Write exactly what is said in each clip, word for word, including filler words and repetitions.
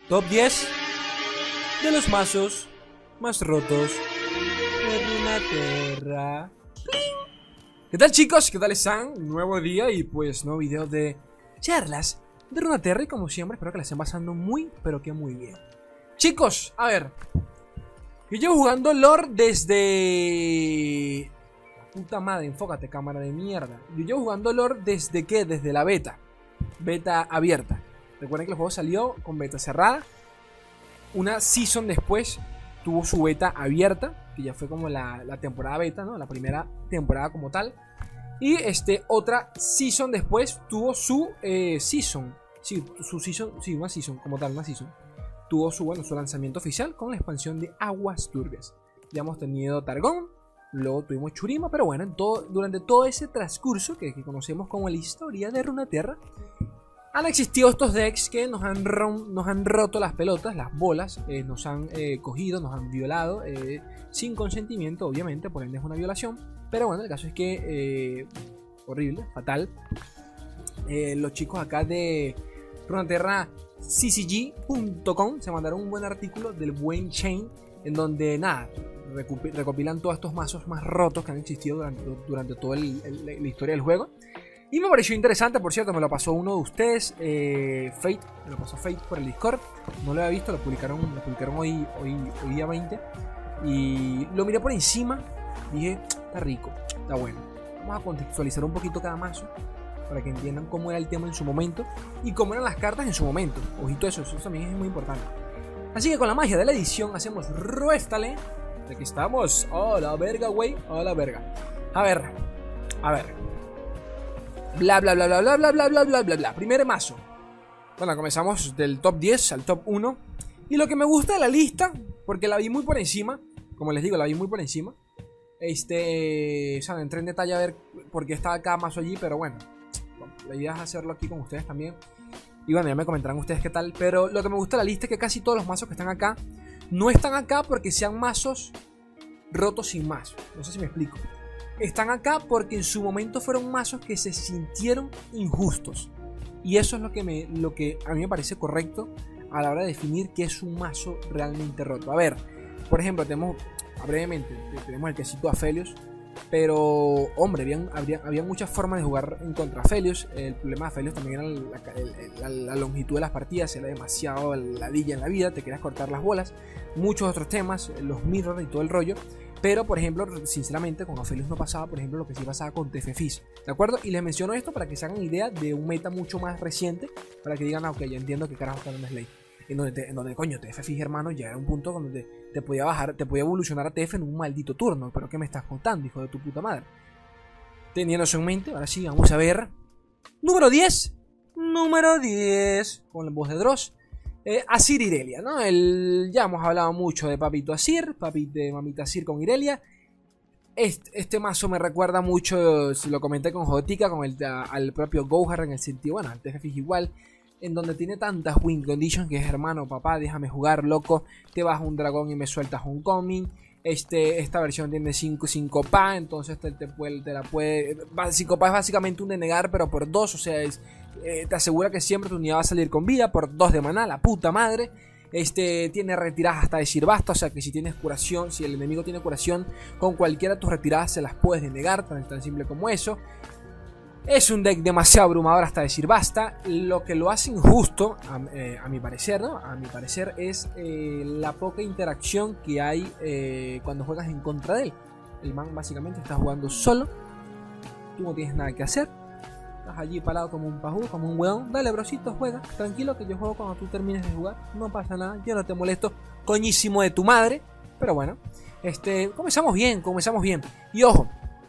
Top diez de los mazos más rotos de Runeterra. ¿Qué tal, chicos? ¿Qué tal están? Nuevo día y pues nuevo video de charlas de Runeterra. Y como siempre espero que la estén pasando muy, pero que muy bien. Chicos, a ver, yo llevo jugando lore desde... Puta madre, enfócate, cámara de mierda. Yo llevo jugando lore desde ¿qué? Desde la beta. Beta abierta. Recuerden que el juego salió con beta cerrada. Una season después tuvo su beta abierta, que ya fue como la, la temporada beta, ¿no? La primera temporada como tal. Y este, otra season después tuvo su eh, season. Sí, su season, sí, una season, como tal, una season. Tuvo su, bueno, su lanzamiento oficial con la expansión de Aguas Turbias. Ya hemos tenido Targón, luego tuvimos Churima, pero bueno, en todo, durante todo ese transcurso que, que conocemos como la historia de Runeterra, han existido estos decks que nos han, rom, nos han roto las pelotas, las bolas, eh, nos han eh, cogido, nos han violado, eh, sin consentimiento, obviamente, por ende es una violación. Pero bueno, el caso es que, eh, horrible, fatal. Eh, los chicos acá de Runeterra C C G punto com se mandaron un buen artículo del buen Chain, en donde, nada, recopilan todos estos mazos más rotos que han existido durante, durante toda el, el, la historia del juego. Y me pareció interesante, por cierto, me lo pasó uno de ustedes, eh, Fate, me lo pasó Fate por el Discord. No lo había visto, lo publicaron, lo publicaron hoy, hoy, hoy día veinte. Y lo miré por encima, dije, está rico, está bueno. Vamos a contextualizar un poquito cada mazo, para que entiendan cómo era el tema en su momento y cómo eran las cartas en su momento. Ojito eso, eso también es muy importante. Así que con la magia de la edición hacemos ruéstale. De que estamos, oh la verga, güey, oh la verga. A ver, a ver. Bla bla bla bla bla bla bla bla bla bla bla. Primer mazo. Bueno, comenzamos del top diez al top uno. Y lo que me gusta de la lista, porque la vi muy por encima, como les digo, la vi muy por encima. Este, o sea, entré en detalle a ver por qué estaba cada mazo allí, pero bueno, la idea es hacerlo aquí con ustedes también. Y bueno, ya me comentarán ustedes qué tal. Pero lo que me gusta de la lista es que casi todos los mazos que están acá no están acá porque sean mazos rotos sin más. No sé si me explico. Están acá porque en su momento fueron mazos que se sintieron injustos. Y eso es lo que, me, lo que a mí me parece correcto a la hora de definir qué es un mazo realmente roto. A ver, por ejemplo, tenemos, brevemente, tenemos el quesito Aphelios. Pero, hombre, habían, había, había muchas formas de jugar en contra Aphelios. El problema de Aphelios también era la, la, la, la longitud de las partidas. Era demasiado ladilla en la vida, te querías cortar las bolas. Muchos otros temas, los mirrors y todo el rollo. Pero, por ejemplo, sinceramente, con Aphelios no pasaba, por ejemplo, lo que sí pasaba con T F Fizz, ¿de acuerdo? Y les menciono esto para que se hagan idea de un meta mucho más reciente, para que digan, ah, ok, ya entiendo que carajo está en Slay. En donde, te, en donde, coño, T F Fizz, hermano, ya era un punto donde te, te podía bajar, te podía evolucionar a T F en un maldito turno. ¿Pero qué me estás contando, hijo de tu puta madre? Teniendo eso en mente, ahora sí, vamos a ver. Número diez. Número diez. Con la voz de Dross. Eh, Azir Irelia, ¿no? El, ya hemos hablado mucho de Papito Azir, papi, de Mamita Azir con Irelia. Este, este mazo me recuerda mucho, si lo comenté con Jotica, con el a, al propio Gohar en el sentido, bueno, al T F Fizz igual, en donde tiene tantas win conditions que es, hermano, papá, déjame jugar, loco, te bajas un dragón y me sueltas un coming. Este, esta versión tiene cinco, cinco P A, entonces te, te, puede, te la puede... cinco P A es básicamente un denegar, pero por dos, o sea, es, eh, te asegura que siempre tu unidad va a salir con vida, por dos de maná, la puta madre. Este, tiene retiradas hasta decir basta, o sea que si tienes curación, si el enemigo tiene curación, con cualquiera de tus retiradas se las puedes denegar, tan, tan simple como eso. Es un deck demasiado abrumador hasta decir basta. Lo que lo hace injusto, a, eh, a mi parecer, ¿no? A mi parecer es eh, la poca interacción que hay eh, cuando juegas en contra de él. El man básicamente está jugando solo. Tú no tienes nada que hacer. Estás allí parado como un pajú, como un weón. Dale, brocito, juega. Tranquilo que yo juego cuando tú termines de jugar. No pasa nada, yo no te molesto. Coñísimo de tu madre. Pero bueno, este, comenzamos bien, comenzamos bien. Y ojo,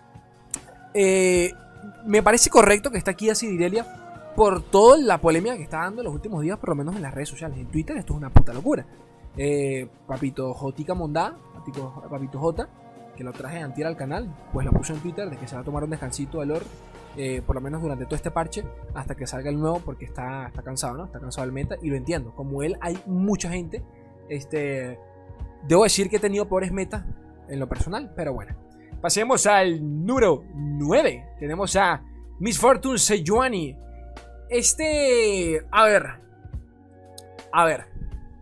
eh... me parece correcto que está aquí Azir Irelia por toda la polémica que está dando en los últimos días, por lo menos en las redes sociales. En Twitter esto es una puta locura. Eh, Papito Jotica Mondá, Papito, Papito J, que lo traje antier al canal, pues lo puso en Twitter de que se va a tomar un descansito de lore, eh, por lo menos durante todo este parche, hasta que salga el nuevo, porque está, está cansado, ¿no? Está cansado del meta, y lo entiendo. Como él, hay mucha gente. Este, debo decir que he tenido peores metas en lo personal, pero bueno. Pasemos al número nueve. Tenemos a Miss Fortune Sejuani. Este... A ver. A ver.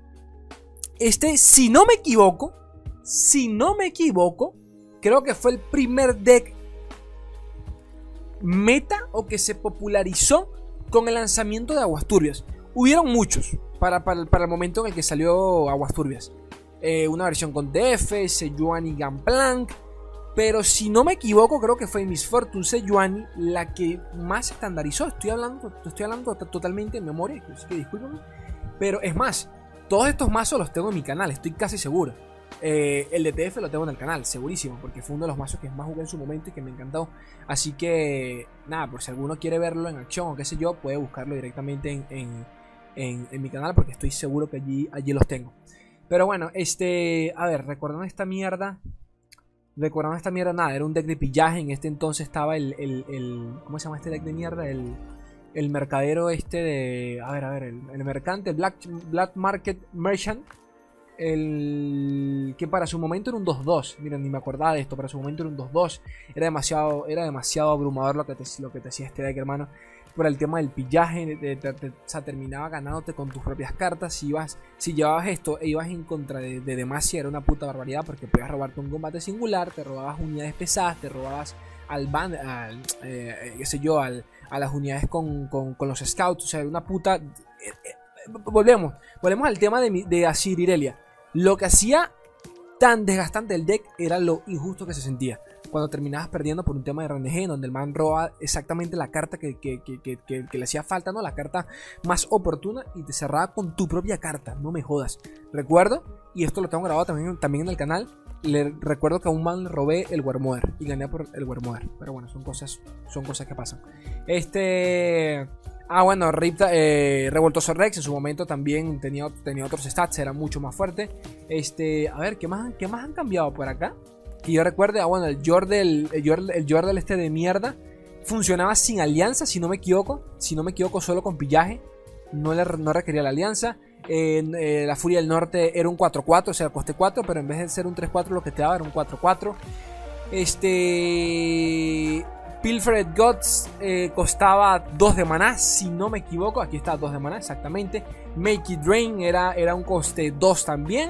Este, si no me equivoco, si no me equivoco, creo que fue el primer deck meta o que se popularizó con el lanzamiento de Aguas Turbias. Hubieron muchos para, para, para el momento en el que salió Aguas Turbias. Eh, una versión con D F, Sejuani Gunplank. Pero si no me equivoco, creo que fue Miss Fortune Sejuani la que más estandarizó. Estoy hablando, estoy hablando totalmente en memoria, así que discúlpame. Pero es más, todos estos mazos los tengo en mi canal, estoy casi seguro. Eh, el de T F lo tengo en el canal, segurísimo, porque fue uno de los mazos que más jugué en su momento y que me encantó. Así que, nada, por si alguno quiere verlo en acción o qué sé yo, puede buscarlo directamente en, en, en, en mi canal, porque estoy seguro que allí, allí los tengo. Pero bueno, este, a ver, recordando esta mierda, recordando esta mierda, nada, era un deck de pillaje. En este entonces estaba el, el, el ¿cómo se llama este deck de mierda? El, el mercadero este de, a ver, a ver, el, el mercante, el Black, Black Market Merchant. El que para su momento era un dos dos. Miren, ni me acordaba de esto. Para su momento era un dos dos. Era demasiado, era demasiado abrumador lo que te, lo que te hacía este deck, hermano. Por el tema del pillaje, te, te, te, o sea, terminaba ganándote con tus propias cartas. Si, ibas, si llevabas esto e ibas en contra de, de Demacia, era una puta barbaridad, porque podías robarte un combate singular, te robabas unidades pesadas, te robabas al band, al, eh, qué sé yo, al, a las unidades con, con, con los scouts. O sea, era una puta... Eh, eh, volvemos, volvemos al tema de, de Azir Irelia. Lo que hacía tan desgastante el deck era lo injusto que se sentía cuando terminabas perdiendo por un tema de R N G, donde el man roba exactamente la carta que, que, que, que, que, que le hacía falta, ¿no? La carta más oportuna, y te cerraba con tu propia carta, no me jodas. Recuerdo, y esto lo tengo grabado también, también en el canal, le recuerdo que a un man le robé el Warmother y gané por el Warmother. Pero bueno, son cosas, son cosas que pasan. Este... Ah, bueno, Ripta, eh, Revoltoso Rex en su momento también tenía, tenía otros stats, era mucho más fuerte. Este, a ver, ¿qué más, qué más han cambiado por acá? Que yo recuerde, ah, bueno, el Yordle, el Yordle, el Yordle este de mierda funcionaba sin alianza, si no me equivoco. Si no me equivoco, solo con pillaje. No, le, no requería la alianza. Eh, eh, la Furia del Norte era un cuatro cuatro, o sea, coste cuatro, pero en vez de ser un tres cuatro, lo que te daba era un cuatro cuatro. Este... Pilfered Gods eh, costaba dos de maná, si no me equivoco. Aquí está, dos de maná, exactamente. Make It Rain era, era un coste dos también.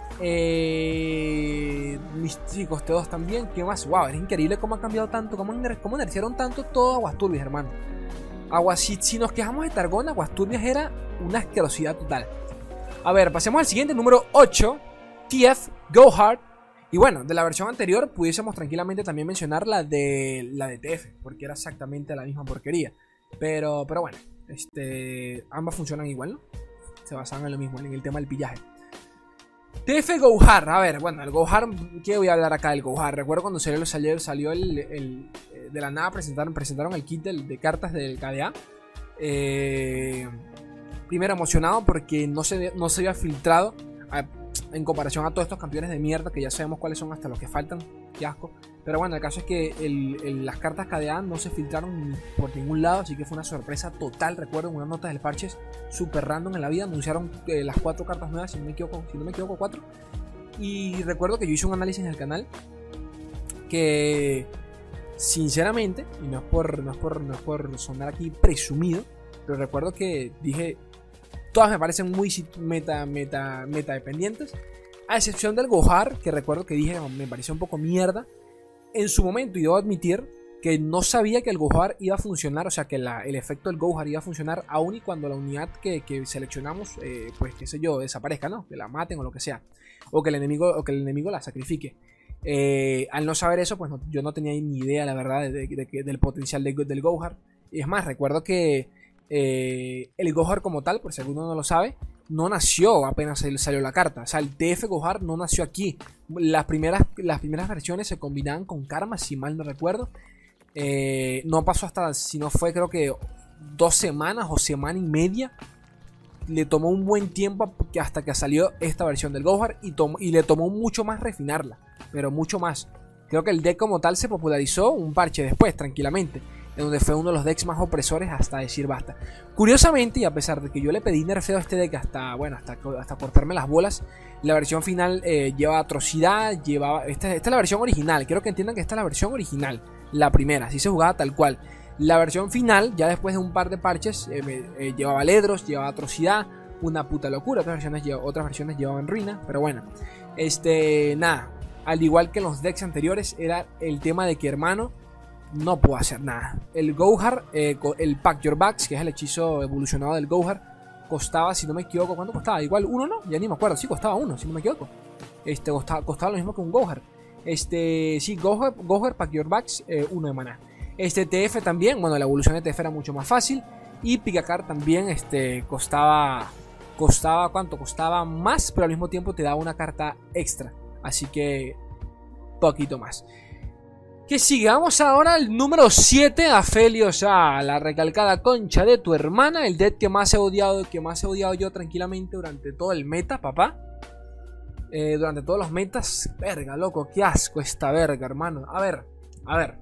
Eh, sí, coste dos también. ¿Qué más? Wow, es increíble cómo ha cambiado tanto. Cómo, cómo nerfearon tanto todo Aguas Turbias, hermano. Aguas, si, si nos quejamos de Targón, Aguas Turbias era una asquerosidad total. A ver, pasemos al siguiente, número ocho. T F Go Hard. Y bueno, de la versión anterior pudiésemos tranquilamente también mencionar la de la de T F, porque era exactamente la misma porquería. Pero, pero bueno, este, ambas funcionan igual, ¿no? Se basan en lo mismo, en el tema del pillaje. T F Gohar, a ver, bueno, el Gohar, ¿qué voy a hablar acá del Gohar? Recuerdo cuando salió, salió, salió el, el, el, de la nada presentaron, presentaron el kit del, de cartas del K D A. Eh, primero emocionado porque no se, no se había filtrado a, en comparación a todos estos campeones de mierda que ya sabemos cuáles son hasta los que faltan. Qué asco. Pero bueno, el caso es que el, el, las cartas K D A no se filtraron por ningún lado, así que fue una sorpresa total. Recuerdo en una nota del parches super random en la vida anunciaron eh, las cuatro cartas nuevas, si no me equivoco, si no me equivoco cuatro. Y recuerdo que yo hice un análisis en el canal que, sinceramente, y no es por, no es por, no es por sonar aquí presumido, pero recuerdo que dije, todas me parecen muy meta, meta, meta dependientes, a excepción del Gohar, que recuerdo que dije me pareció un poco mierda en su momento, y debo admitir que no sabía que el Gohar iba a funcionar, o sea que la, el efecto del Gohar iba a funcionar aún y cuando la unidad que, que seleccionamos, eh, pues qué sé yo, desaparezca, ¿no? Que la maten o lo que sea, o que el enemigo, o que el enemigo la sacrifique. Eh, al no saber eso, pues no, yo no tenía ni idea, la verdad, de, de, de, del potencial de, del Gohar. Y es más, recuerdo que eh, el Gohar como tal, por si alguno no lo sabe, no nació apenas salió la carta. O sea, el T F Gohar no nació aquí. Las primeras, las primeras versiones se combinaban con Karma, si mal no recuerdo. Eh, no pasó hasta, si no fue, creo que dos semanas o semana y media. Le tomó un buen tiempo hasta que salió esta versión del Gohar y, y le tomó mucho más refinarla. Pero mucho más. Creo que el deck como tal se popularizó un parche después, tranquilamente, en donde fue uno de los decks más opresores hasta decir basta. Curiosamente, y a pesar de que yo le pedí nerfeo a este deck hasta, bueno, hasta, hasta cortarme las bolas, la versión final eh, lleva atrocidad, lleva... Esta, esta es la versión original, quiero que entiendan que esta es la versión original, la primera, así se jugaba tal cual. La versión final, ya después de un par de parches, eh, eh, llevaba ledros, llevaba atrocidad, una puta locura. Otras versiones, otras versiones llevaban ruina, pero bueno. Este, nada. Al igual que en los decks anteriores, era el tema de que, hermano, no puedo hacer nada. El Gohar, eh, el Pack Your Bags, que es el hechizo evolucionado del Gohar, costaba, si no me equivoco, ¿cuánto costaba? Igual uno, ¿no? Ya ni me acuerdo. Sí, costaba uno, si no me equivoco. Este, costaba, costaba lo mismo que un Gohar. Este, sí, Gohar, Gohar Pack Your Bags, eh, uno de maná. Este, T F también, bueno, la evolución de T F era mucho más fácil. Y Picacar también, este, costaba, costaba, ¿cuánto? Costaba más, pero al mismo tiempo te daba una carta extra. Así que, poquito más. Que sigue, vamos ahora al número siete, Aphelios, a la recalcada concha de tu hermana. El deck que más he odiado, que más he odiado yo tranquilamente durante todo el meta, papá. Eh, durante todos los metas. Verga, loco, qué asco esta verga, hermano. A ver, a ver.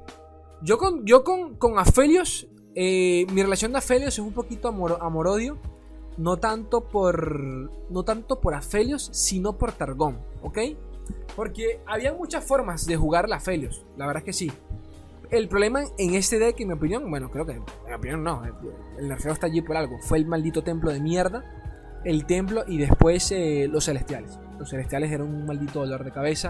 Yo con, yo con, con Aphelios, eh, mi relación de Aphelios es un poquito amor, amor-odio. No tanto por, no tanto por Aphelios, sino por Targon, ¿ok? Porque había muchas formas de jugar la Aphelios, la verdad es que sí. El problema en este deck, en mi opinión, bueno, creo que en mi opinión no, el nerfeo está allí por algo. Fue el maldito templo de mierda, el templo y después eh, los celestiales. Los celestiales eran un maldito dolor de cabeza.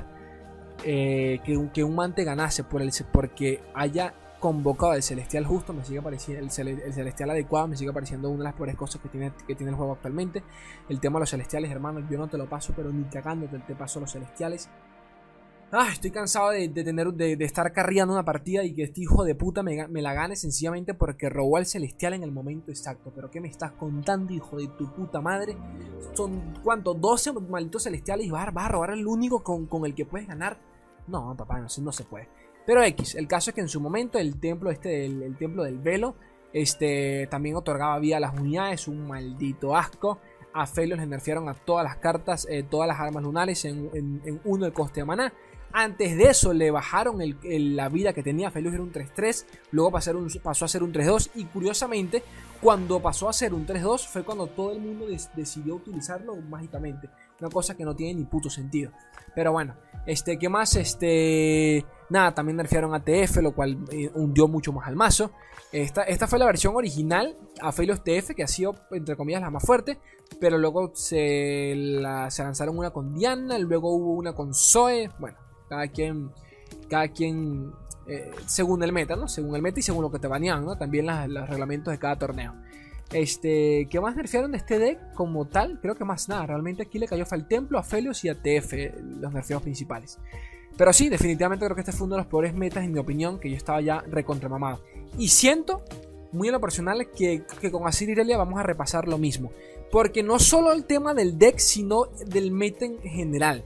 Eh, que, un, que un man te ganase por el, porque haya convocado el celestial justo, me sigue pareciendo, el, cele, el celestial adecuado, me sigue pareciendo una de las peores cosas que tiene, que tiene el juego actualmente. El tema de los celestiales, hermano, yo no te lo paso, pero ni cagando te, te paso los celestiales. Ah, estoy cansado de, de tener de, de estar carriando una partida y que este hijo de puta me, me la gane sencillamente porque robó al celestial en el momento exacto. Pero ¿qué me estás contando, hijo de tu puta madre? Son, ¿cuánto? doce malditos celestiales y vas, vas a robar el único con, con el que puedes ganar. No, papá, no, no se puede. Pero X, el caso es que en su momento el templo este, el, el templo del velo, este, también otorgaba vida a las unidades, un maldito asco. A Aphelios le nerfearon a todas las cartas, eh, todas las armas lunares en, en, en uno el coste de maná. Antes de eso le bajaron el, el, la vida que tenía. Aphelios era un tres tres, luego pasó a, un, pasó a ser un tres dos. Y curiosamente, cuando pasó a ser un tres dos fue cuando todo el mundo des, decidió utilizarlo mágicamente. Una cosa que no tiene ni puto sentido. Pero bueno, este, ¿qué más? Este, nada, también nerfearon a T F, lo cual eh, hundió mucho más al mazo. Esta, esta fue la versión original, Aphelios T F, que ha sido, entre comillas, la más fuerte. Pero luego se, la, se lanzaron una con Diana, luego hubo una con Zoe. Bueno, cada quien, cada quien eh, según el meta, ¿no? Según el meta y según lo que te banean, ¿no? También las, los reglamentos de cada torneo. Este, ¿qué más nerfearon de este deck como tal? Creo que más nada. Realmente aquí le cayó fue al templo, a Aphelios y a T F, los nerfeos principales. Pero sí, definitivamente creo que este fue uno de los peores metas, en mi opinión, que yo estaba ya recontramamado. Y siento, muy en lo personal, que, que con Azir Irelia vamos a repasar lo mismo. Porque no solo el tema del deck, sino del meta en general.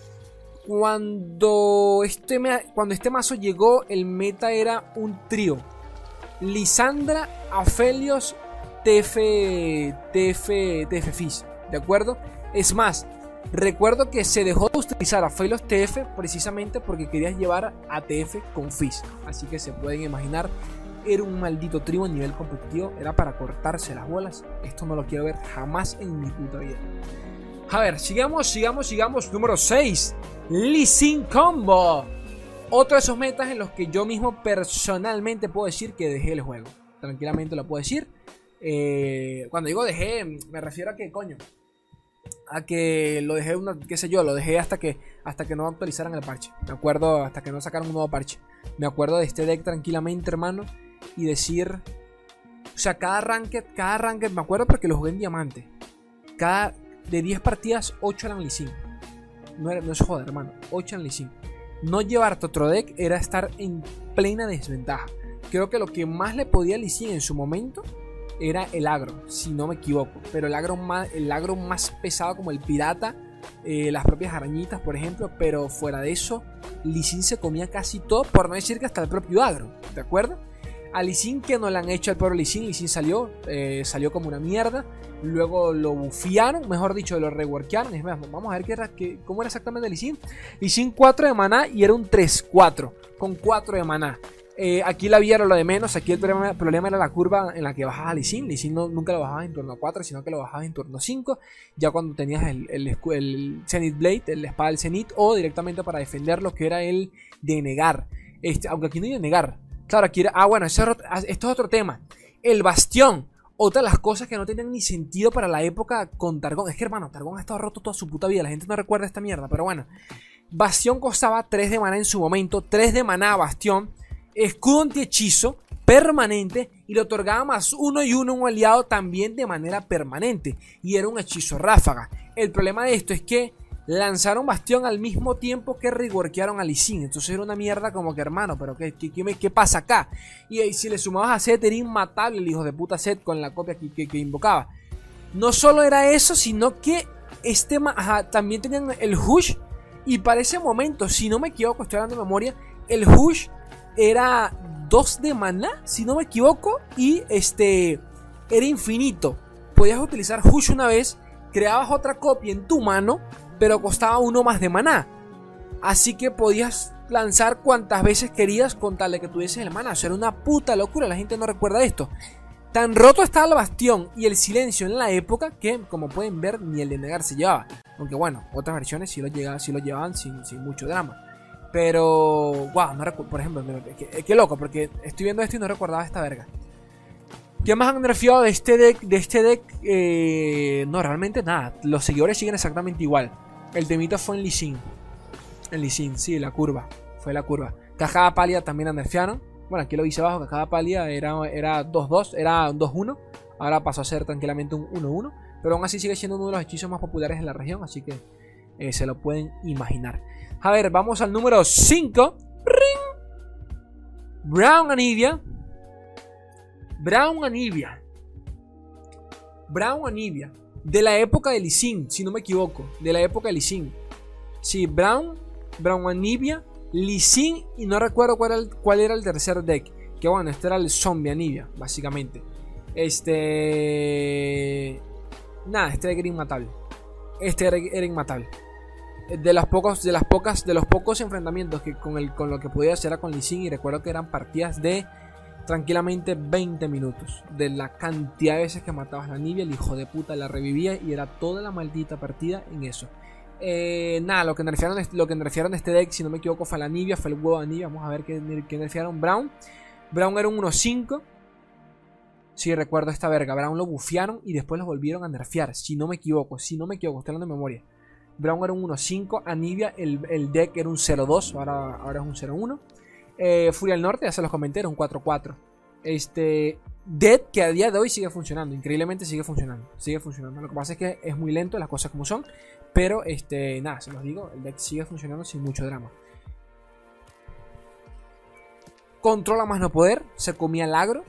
Cuando este, cuando este mazo llegó, el meta era un trío: Lissandra, Aphelios, T F, T F, T F Fizz, ¿de acuerdo? Es más, recuerdo que se dejó de utilizar a Aphelios T F precisamente porque querías llevar a T F con Fizz. Así que se pueden imaginar, era un maldito trío a nivel competitivo, era para cortarse las bolas. Esto no lo quiero ver jamás en mi puta vida. A ver, sigamos, sigamos, sigamos. Número seis, Lee Sin Combo. Otro de esos metas en los que yo mismo personalmente puedo decir que dejé el juego. Tranquilamente lo puedo decir. Eh, cuando digo dejé, me refiero a que, coño, a que lo dejé, una, qué sé yo, lo dejé hasta que hasta que no actualizaran el parche. Me acuerdo, hasta que no sacaran un nuevo parche. Me acuerdo de este deck tranquilamente, hermano, y decir, o sea, cada ranked, cada ranked, me acuerdo porque lo jugué en diamante. Cada, de diez partidas, ocho eran Lee Sin. No, era, no es joder, hermano, ocho eran Lee Sin. No llevarte otro deck era estar en plena desventaja. Creo que lo que más le podía a Lee Sin en su momento era el agro, si no me equivoco. Pero el agro más, el agro más pesado, como el pirata, eh, las propias arañitas, por ejemplo. Pero fuera de eso, Lee Sin se comía casi todo, por no decir que hasta el propio agro, ¿de acuerdo? A Lee Sin, que no le han hecho al pobre Lee Sin. Lee Sin salió, eh, salió como una mierda. Luego lo bufiaron, mejor dicho, lo reworkearon. Es más, vamos a ver qué era, qué, cómo era exactamente Lee Sin. Lee Sin cuatro de maná y era un tres cuatro con cuatro de maná. Eh, aquí la vida era lo de menos. Aquí el problema, el problema era la curva en la que bajabas a Lee Sin. Lee Sin no, nunca lo bajabas en turno cuatro, sino que lo bajabas en turno cinco. Ya cuando tenías el, el, el Zenith Blade, el espada del Zenith, o directamente para defender lo que era el denegar. Este, aunque aquí no hay denegar. Claro, aquí era. Ah, bueno, eso es otro, esto es otro tema. El bastión. Otra de las cosas que no tenían ni sentido para la época con Targón. Es que, hermano, Targón ha estado roto toda su puta vida. La gente no recuerda esta mierda, pero bueno. Bastión costaba tres de maná en su momento. tres de maná Bastión. Escudo anti-hechizo permanente. Y le otorgaba más uno y uno a un aliado también de manera permanente. Y era un hechizo ráfaga. El problema de esto es que lanzaron Bastión al mismo tiempo que reworkearon a Lee Sin. Entonces era una mierda como que, hermano, pero ¿qué, qué, qué, qué pasa acá? Y, y si le sumabas a Zed, era inmatable el hijo de puta Zed con la copia que, que, que invocaba. No solo era eso, sino que este ajá, también tenían el Hush. Y para ese momento, si no me equivoco, estoy hablando de memoria, el Hush era dos de maná, si no me equivoco, y este era infinito. Podías utilizar Hush una vez, creabas otra copia en tu mano, pero costaba uno más de maná. Así que podías lanzar cuantas veces querías con tal de que tuvieses el maná. O sea, era una puta locura, la gente no recuerda esto. Tan roto estaba el Bastión y el silencio en la época que, como pueden ver, ni el de negar se llevaba. Aunque bueno, otras versiones sí lo, llegaba, sí lo llevaban sin, sin mucho drama. Pero, wow, no recuerdo, por ejemplo, qué, qué loco, porque estoy viendo esto y no recordaba esta verga. ¿Qué más han nerfeado de este deck? De este deck, eh, no, realmente nada. Los seguidores siguen exactamente igual. El temita fue en Lee Sin. En Lee Sin, sí, la curva. Fue la curva. Cajada pálida también la nerfearon. Bueno, aquí lo hice abajo. Cajada pálida era, era dos dos, era un dos uno. Ahora pasó a ser tranquilamente un uno uno. Pero aún así sigue siendo uno de los hechizos más populares en la región. Así que eh, se lo pueden imaginar. A ver, vamos al número cinco. Brown Anivia. Brown Anivia. Brown Anivia. De la época de Lee Sin, si no me equivoco. De la época de Lee Sin. Sí, Brown, Brown Anivia, Lee Sin y no recuerdo cuál era, el, cuál era el tercer deck. Que bueno, este era el Zombie Anivia, básicamente. Este... Nada, este era inmatable. Este era, era inmatable. De las pocos, de las pocas, de los pocos enfrentamientos que con, el, con lo que podía hacer era con Lee Sin. Y recuerdo que eran partidas de tranquilamente veinte minutos. De la cantidad de veces que matabas la Anivia, el hijo de puta la revivía y era toda la maldita partida en eso. Eh, nada, lo que nerfearon, lo que nerfearon este deck, si no me equivoco, fue la Anivia, fue el huevo de Anivia. Vamos a ver qué, qué nerfearon. Brown. Brown era un uno cinco. Sí, recuerdo esta verga. Brown lo bufearon y después lo volvieron a nerfear. Si no me equivoco, si no me equivoco, estoy hablando de memoria. Brown era un uno cinco. Anivia, el, el deck era un cero dos. Ahora, ahora es un cero uno. Eh, Furia del Norte, ya se los comenté, era un cuatro cuatro. Este Dead, que a día de hoy sigue funcionando, increíblemente sigue funcionando, sigue funcionando. Lo que pasa es que es muy lento, las cosas como son, pero este, nada, se los digo, el deck sigue funcionando sin mucho drama. Controla más no poder, se comía el agro.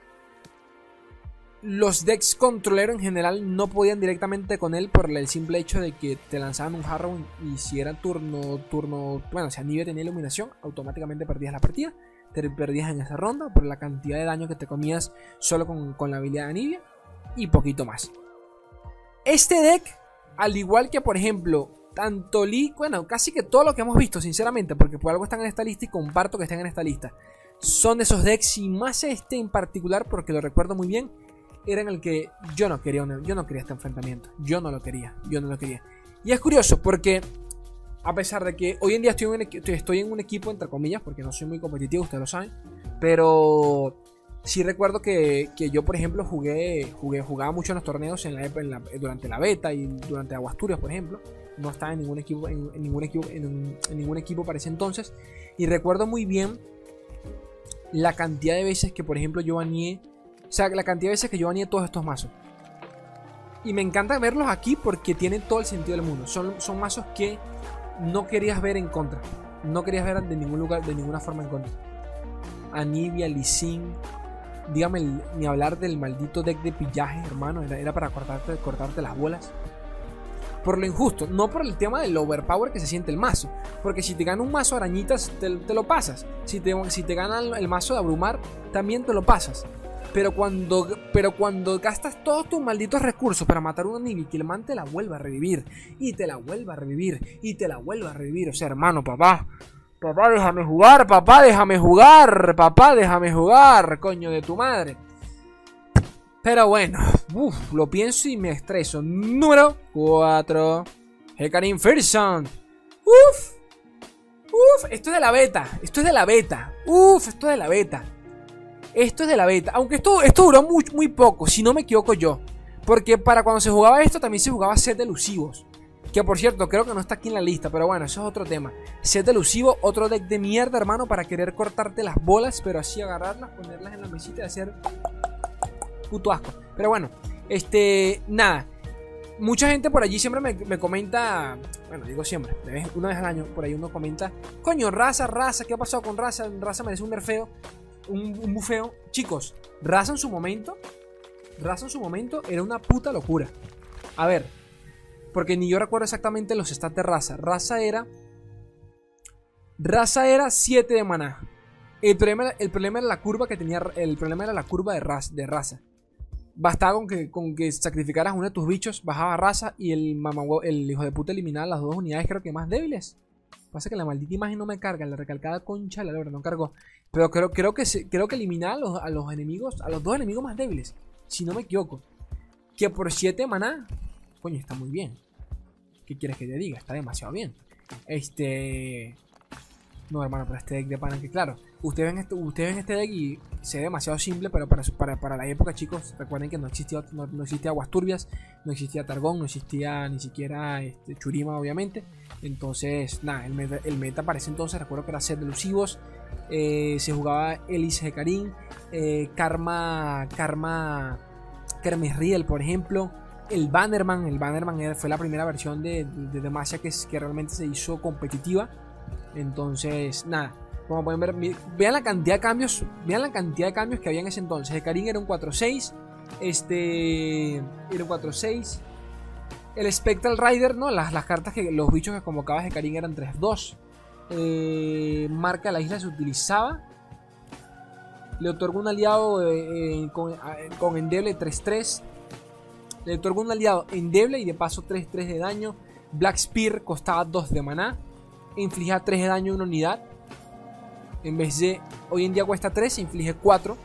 Los decks controlero en general no podían directamente con él por el simple hecho de que te lanzaban un Harrow y si era turno, turno, bueno, si Anivia tenía iluminación, automáticamente perdías la partida, te perdías en esa ronda por la cantidad de daño que te comías solo con, con la habilidad de Anivia y poquito más. Este deck, al igual que por ejemplo, tanto Lee, bueno, casi que todo lo que hemos visto, sinceramente, porque por algo están en esta lista y comparto que estén en esta lista, son de esos decks y más este en particular porque lo recuerdo muy bien. Era en el que yo no quería yo no quería este enfrentamiento. Yo no lo quería. Yo no lo quería. Y es curioso porque a pesar de que hoy en día estoy en un, estoy en un equipo, entre comillas, porque no soy muy competitivo, ustedes lo saben. Pero sí recuerdo que, que yo, por ejemplo, jugué, jugué jugaba mucho en los torneos en la, en la, durante la beta y durante Aguasturias, por ejemplo. No estaba en ningún equipo, en, en ningún equipo, en, en ningún equipo para ese entonces. Y recuerdo muy bien la cantidad de veces que, por ejemplo, yo baneé. O sea, la cantidad de veces que yo baneé todos estos mazos. Y me encanta verlos aquí porque tienen todo el sentido del mundo. Son, son mazos que no querías ver en contra. No querías ver de ningún lugar, de ninguna forma en contra. Anivia, Lee Sin. Dígame, el, ni hablar del maldito deck de pillaje, hermano. Era, era para cortarte, cortarte las bolas. Por lo injusto, no por el tema del overpower que se siente el mazo. Porque si te gana un mazo arañitas, te, te lo pasas. Si te, si te gana el, el mazo de abrumar, también te lo pasas. Pero cuando, pero cuando gastas todos tus malditos recursos para matar a una Anivia y que el man te la vuelva a revivir, y te la vuelva a revivir, y te la vuelva a revivir, o sea, hermano, papá, papá, déjame jugar, papá, déjame jugar, papá, déjame jugar, coño de tu madre. Pero bueno, uf, lo pienso y me estreso. Número cuatro. Hecarim Fearsome. Uf, uf, esto es de la beta, esto es de la beta, uf, esto es de la beta. Esto es de la beta. Aunque esto, esto duró muy, muy poco, si no me equivoco yo. Porque para cuando se jugaba esto también se jugaba set elusivos. Que por cierto, creo que no está aquí en la lista. Pero bueno, eso es otro tema. Set elusivo, otro deck de mierda, hermano. Para querer cortarte las bolas. Pero así agarrarlas, ponerlas en la mesita y hacer puto asco. Pero bueno, este, nada. Mucha gente por allí siempre me, me comenta. Bueno, digo siempre, una vez al año por ahí uno comenta: coño, raza, raza, ¿qué ha pasado con raza? Raza merece un nerfeo, un, un bufeo. Chicos, raza en su momento Raza en su momento era una puta locura. A ver, porque ni yo recuerdo exactamente los stats de raza. Raza era Raza era siete de maná. El problema, el problema era la curva que tenía. El problema era la curva de raza, de raza. Bastaba con que, con que sacrificaras uno de tus bichos, bajaba raza y el, mamá, el hijo de puta eliminaba las dos unidades, creo que más débiles. Pasa que la maldita imagen no me carga, la recalcada concha la verdad no cargó. Pero creo, creo, que, creo que eliminaba a los, a los enemigos, a los dos enemigos más débiles, si no me equivoco. Que por siete maná, coño, está muy bien. ¿Qué quieres que te diga? Está demasiado bien. Este... No, hermano, pero este deck de pana que claro, ustedes ven este, ustedes ven este deck y se ve demasiado simple, pero para, para, para la época, chicos, recuerden que no existía, no, no existía Aguas Turbias, no existía Targón, no existía ni siquiera este, Churima, obviamente. Entonces, nada, el meta, el meta para ese entonces, recuerdo que era set de elusivos, eh, se jugaba Elise Hecarim, eh, Karma, Karma, Kermes Riddle, por ejemplo, el Bannerman, el Bannerman fue la primera versión de, de, de Demacia que, que realmente se hizo competitiva. Entonces, nada, como pueden ver, vean la cantidad de cambios, vean la cantidad de cambios que había en ese entonces. Hecarim era un cuatro seis, este, era un cuatro seis. El Spectral Rider, ¿no? Las, las cartas que, los bichos que convocaba Hecarim eran tres dos. Eh, marca de la isla se utilizaba. Le otorgó un aliado eh, eh, con, eh, con endeble tres tres. Le otorgó un aliado endeble y de paso tres tres de daño. Black Spear costaba dos de maná. Inflige tres de daño a una unidad. En vez de... Hoy en día cuesta tres, inflige cuatro.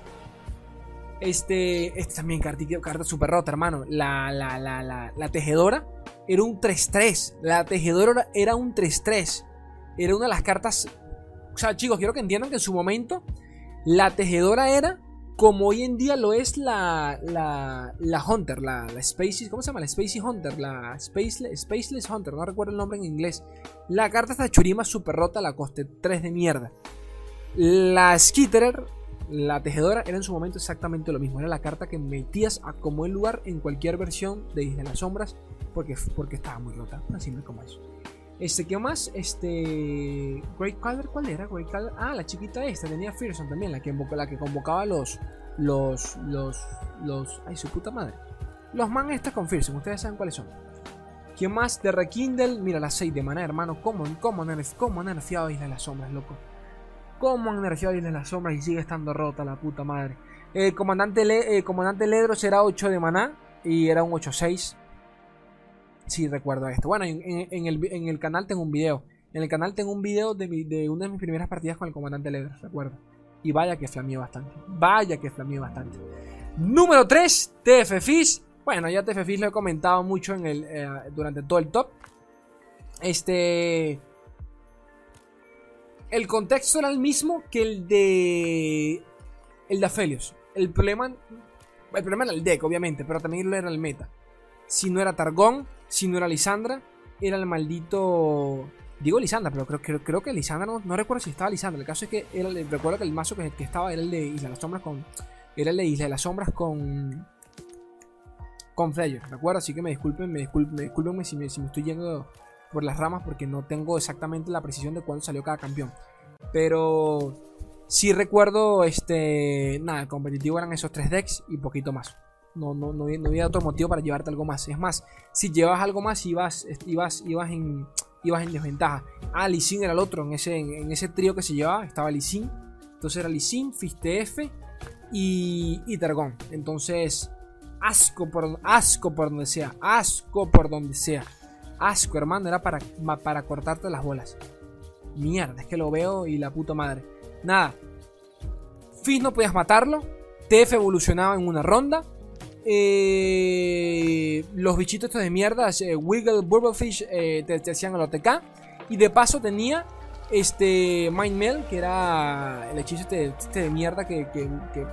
Este... Este también carta, carta super rota, hermano. La, la, la, la, la tejedora era un tres tres. La tejedora era un tres tres. Era una de las cartas... O sea, chicos, quiero que entiendan que en su momento la tejedora era como hoy en día lo es la, la, la Hunter, la, la Spacey, ¿cómo se llama? La Spacey Hunter, la Spaceless, Spaceless Hunter, no recuerdo el nombre en inglés. La carta esta Churima super rota, la coste tres de mierda. La Skitterer, la tejedora, era en su momento exactamente lo mismo. Era la carta que metías a como el lugar en cualquier versión de Isla de las Sombras, porque, porque estaba muy rota, tan simple como eso. Este, ¿qué más? Este... Great Color, ¿cuál era? Great Color. Ah, la chiquita esta, tenía Fearsome también, la que, la que convocaba los... Los... Los... Los... Ay, su puta madre. Los man estas con Fearsome, ustedes saben cuáles son. ¿Quién más? De Rekindle, mira, la seis de maná, hermano. ¿Cómo, cómo, nerf, cómo han nerfeado Isla de las Sombras, loco? ¿Cómo han nerfeado Isla de las Sombras y sigue estando rota la puta madre? El comandante, Le, eh, comandante Ledros era ocho de maná y era un ocho seis. Sí, recuerdo esto. Bueno, en, en, en, el, en el canal tengo un video. En el canal tengo un video de, mi, de una de mis primeras partidas con el comandante Ledros, recuerdo. Y vaya que flameó bastante. Vaya que flameó bastante. Número tres, T F Fizz. Bueno, ya T F Fizz lo he comentado mucho en el, eh, durante todo el top. Este... El contexto era el mismo que el de... El de Aphelios. El problema... El problema era el deck, obviamente, pero también lo era el meta. Si no era Targón, si no era Lisandra, era el maldito... Digo Lisandra, pero creo, creo, creo que Lisandra, no, no recuerdo si estaba Lisandra. El caso es que era el, recuerdo que el mazo que, que estaba era el de Isla de las Sombras con... Era el de Isla de las Sombras con... Con Freya, ¿recuerdo? Así que me disculpen, me disculpen, me disculpen si, me, si me estoy yendo por las ramas porque no tengo exactamente la precisión de cuándo salió cada campeón. Pero... Sí recuerdo, este... Nada, el competitivo eran esos tres decks y poquito más. No, no, no, no había otro motivo para llevarte algo más. Es más, si llevas algo más, ibas, ibas, ibas, en, ibas en desventaja. Ah, Lee Sin era el otro. En ese, en, en ese trío que se llevaba estaba Lee Sin. Entonces era Lee Sin, Fizz T F y, y Targón. Entonces, asco por, asco por donde sea. Asco por donde sea. Asco, hermano. Era para, para cortarte las bolas. Mierda, es que lo veo y la puta madre. Nada. Fizz no podías matarlo. T F evolucionaba en una ronda. Eh, los bichitos estos de mierda, eh, Wiggle, Burblefish, eh, te, te hacían el O T K. Y de paso tenía Este Mind Meld, que era el hechizo este, este de mierda que, que, que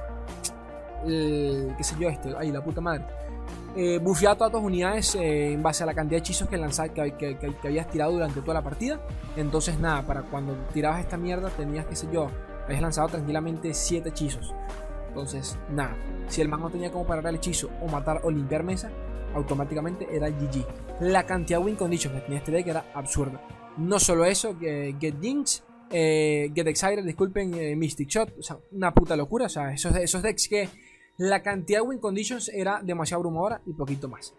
el, qué sé yo, este, ay, la puta madre. Eh, bufeaba todas tus unidades eh, en base a la cantidad de hechizos que, lanzaba, que, que, que, que habías tirado durante toda la partida. Entonces nada, para cuando tirabas esta mierda tenías, qué sé yo, habías lanzado tranquilamente siete hechizos. Entonces nada, si el man no tenía como parar el hechizo o matar o limpiar mesa, automáticamente era G G. La cantidad de win conditions que tenía este deck era absurda. No solo eso, que Get Jinx, eh, Get Excited, disculpen, eh, Mystic Shot, o sea, una puta locura. O sea, esos, esos decks que la cantidad de win conditions era demasiado abrumadora y poquito más.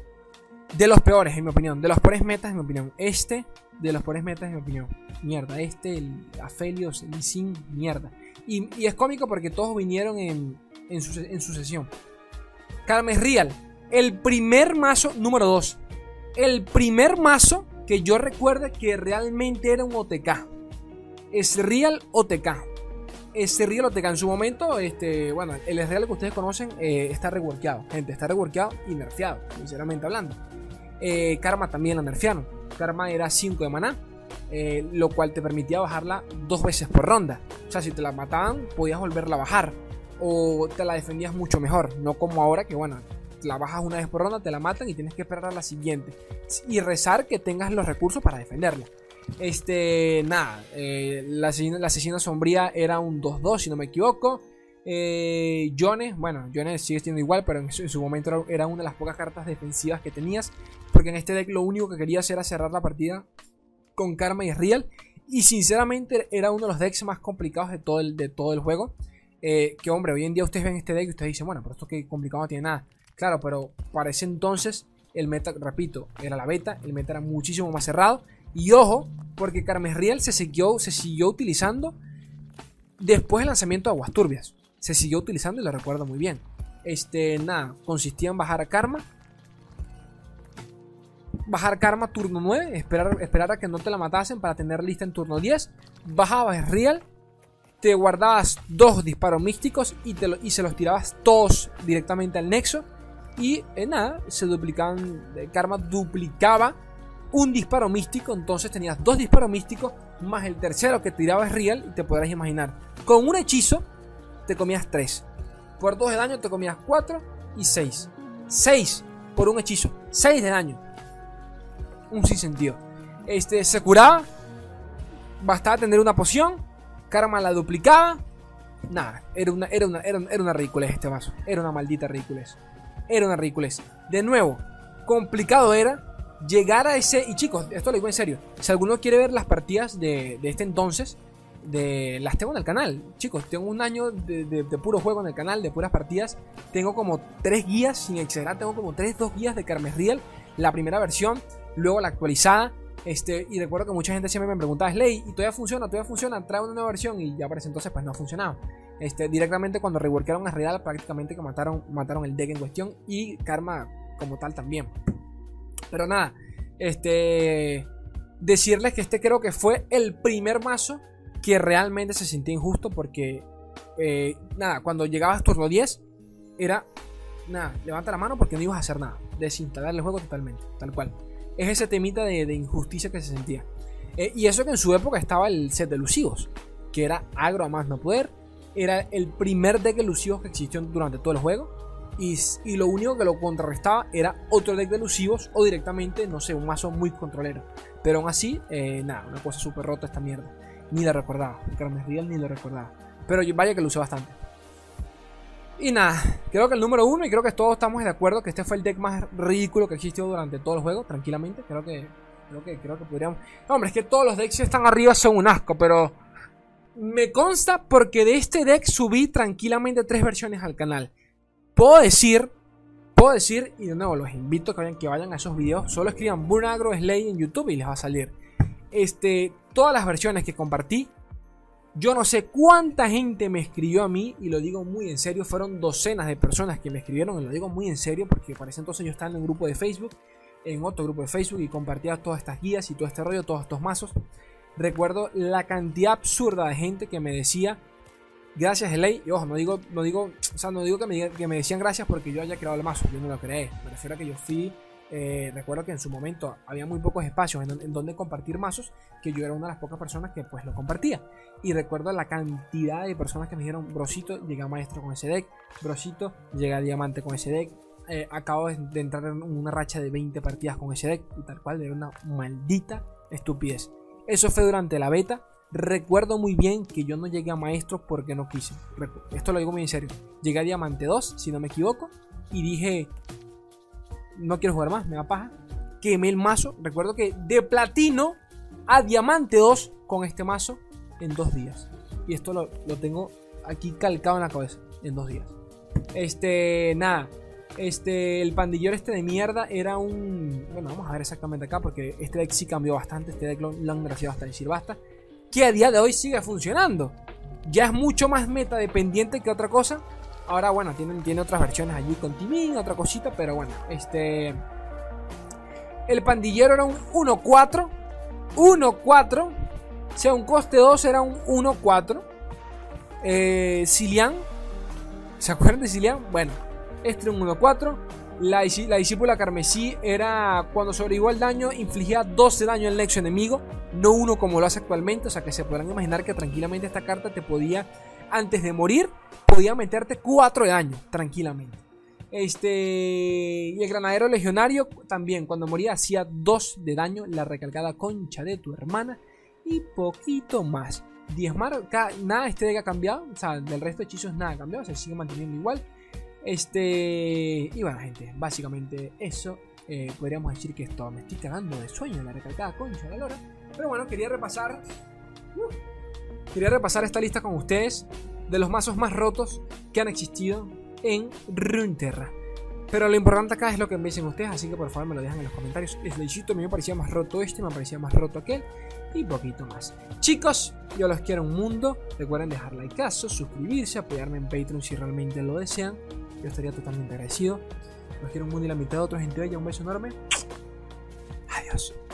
De los peores, en mi opinión. De los peores metas, en mi opinión. Este, de los peores metas, en mi opinión. Mierda, este, el Aphelios, el Lee Sin, mierda. Y, y es cómico porque todos vinieron en, en, su, en sucesión. Karma Real, el primer mazo número dos. El primer mazo que yo recuerde que realmente era un O T K. Es Real O T K. Es Real O T K. En su momento, este, bueno, el es Real que ustedes conocen eh, está reworkeado. Gente, está reworkeado y nerfeado, sinceramente hablando. Eh, Karma también la nerfearon. Karma era cinco de maná, eh, lo cual te permitía bajarla dos veces por ronda. O sea, si te la mataban, podías volverla a bajar. O te la defendías mucho mejor. No como ahora que, bueno, la bajas una vez por ronda, te la matan y tienes que esperar a la siguiente. Y rezar que tengas los recursos para defenderla. Este, nada, eh, la, asesina, la asesina sombría era un dos dos, si no me equivoco. Eh, Yone, bueno, Yone sigue siendo igual, pero en su, en su momento era, era una de las pocas cartas defensivas que tenías. Porque en este deck lo único que querías era cerrar la partida con Karma y Real. Y sinceramente era uno de los decks más complicados de todo el, de todo el juego. Eh, que hombre, hoy en día ustedes ven este deck y ustedes dicen, bueno, pero esto que complicado no tiene nada. Claro, pero para ese entonces el meta, repito, era la beta, el meta era muchísimo más cerrado. Y ojo, porque Karma Real se siguió, se siguió utilizando después del lanzamiento de Aguas Turbias. Se siguió utilizando y lo recuerdo muy bien. Este, nada, consistía en bajar a Karma. Bajar Karma turno nueve, esperar, esperar a que no te la matasen para tener lista en turno diez. Bajabas Real, te guardabas dos disparos místicos y, te lo, y se los tirabas todos directamente al nexo. Y eh, nada, se duplicaban, Karma duplicaba un disparo místico, entonces tenías dos disparos místicos más el tercero que tirabas Real y te podrás imaginar. Con un hechizo te comías tres. Por dos de daño te comías cuatro y seis. seis por un hechizo, seis de daño. Un sinsentido. Este, se curaba, bastaba tener una poción, Karma la duplicaba. Nada, era una, era una, era una, era una ridiculez este mazo. Era una maldita ridiculez. Era una ridiculez. De nuevo, complicado era llegar a ese... Y chicos, esto lo digo en serio. Si alguno quiere ver las partidas de, de este entonces, de, las tengo en el canal. Chicos, tengo un año de, de, de puro juego en el canal, de puras partidas. Tengo como tres guías, sin exagerar, tengo como tres, dos guías de Karma Real. La primera versión, luego la actualizada. Este, y recuerdo que mucha gente siempre me preguntaba, Slay, ¿y todavía funciona? ¿Todavía funciona? Trae una nueva versión. Y ya para ese entonces pues no funcionaba. Este, directamente cuando reworkaron a Real, prácticamente que mataron, mataron el deck en cuestión. Y Karma como tal también. Pero nada, este, decirles que este creo que fue el primer mazo que realmente se sentía injusto. Porque eh, nada, cuando llegabas turno diez era, nada, levanta la mano porque no ibas a hacer nada. Desinstalar el juego totalmente, tal cual. Es ese temita de, de injusticia que se sentía. Eh, y eso que en su época estaba el set de elusivos, que era agro a más no poder. Era el primer deck de elusivos que existió durante todo el juego. Y, y lo único que lo contrarrestaba era otro deck de elusivos o directamente, no sé, un mazo muy controlero. Pero aún así, eh, nada, una cosa súper rota esta mierda. Ni la recordaba, el Karma Real ni lo recordaba. Pero vaya que lo usé bastante. Y nada, creo que el número uno, y creo que todos estamos de acuerdo que este fue el deck más ridículo que existió durante todo el juego, tranquilamente. Creo que, creo que, creo que podríamos... No, hombre, es que todos los decks que están arriba son un asco, pero... Me consta porque de este deck subí tranquilamente tres versiones al canal. Puedo decir, puedo decir, y de nuevo los invito a que vayan, que vayan a esos videos. Solo escriban Burnagro Slay en YouTube y les va a salir. Este, todas las versiones que compartí. Yo no sé cuánta gente me escribió a mí, y lo digo muy en serio. Fueron docenas de personas que me escribieron, y lo digo muy en serio porque para ese entonces yo estaba en un grupo de Facebook, en otro grupo de Facebook, y compartía todas estas guías y todo este rollo, todos estos mazos. Recuerdo la cantidad absurda de gente que me decía gracias Slay, y ojo, no digo, no digo, o sea, no digo que me, que me decían gracias porque yo haya creado el mazo, yo no lo creé, me refiero a que yo fui Eh, recuerdo que en su momento había muy pocos espacios en, en donde compartir mazos, que yo era una de las pocas personas que pues lo compartía. Y recuerdo la cantidad de personas que me dijeron: Brosito, llega a maestro con ese deck, Brosito, llega a diamante con ese deck, eh, acabo de, de entrar en una racha de veinte partidas con ese deck, y tal cual, era una maldita estupidez. Eso fue durante la beta. Recuerdo muy bien que yo no llegué a maestro porque no quise. Esto lo digo muy en serio. Llegué a diamante dos, si no me equivoco, y dije: no quiero jugar más, me da paja. Quemé el mazo. Recuerdo que de platino a diamante dos con este mazo en dos días. Y esto lo, lo tengo aquí calcado en la cabeza. En dos días. Este, nada. Este, el pandillero este de mierda era un... Bueno, vamos a ver exactamente acá, porque este deck sí cambió bastante. Este deck lo, lo han graciado hasta decir basta. Que a día de hoy sigue funcionando. Ya es mucho más meta dependiente que otra cosa. Ahora, bueno, tiene, tiene otras versiones allí con Timin, otra cosita, pero bueno, este... El pandillero era un uno cuatro. uno cuatro. O sea, un coste dos era un uno cuatro. Eh, Zilean. ¿Se acuerdan de Zilean? Bueno, este era un uno cuatro. La, la discípula carmesí era, cuando sobrevivió al daño, infligía doce daño al nexo enemigo, no uno como lo hace actualmente. O sea que se podrán imaginar que tranquilamente esta carta te podía, antes de morir, podía meterte cuatro de daño, tranquilamente. Este, y el granadero legionario también, cuando moría, hacía dos de daño, la recalcada concha de tu hermana, y poquito más. Diezmar, nada, este deck ha cambiado, o sea, del resto de hechizos nada ha cambiado, se sigue manteniendo igual. Este, y bueno, gente, básicamente eso. Eh, podríamos decir que esto, me estoy cagando de sueño, la recalcada concha de la lora. Pero bueno, quería repasar uh, Quería repasar esta lista con ustedes de los mazos más rotos que han existido en Runeterra. Pero lo importante acá es lo que me dicen ustedes, así que por favor me lo dejan en los comentarios. Es legítimo, a mí me parecía más roto este, me parecía más roto aquel y poquito más. Chicos, yo los quiero un mundo. Recuerden dejar likeazo, suscribirse, apoyarme en Patreon si realmente lo desean. Yo estaría totalmente agradecido. Los quiero un mundo y la mitad de otros, gente bella. Un beso enorme. Adiós.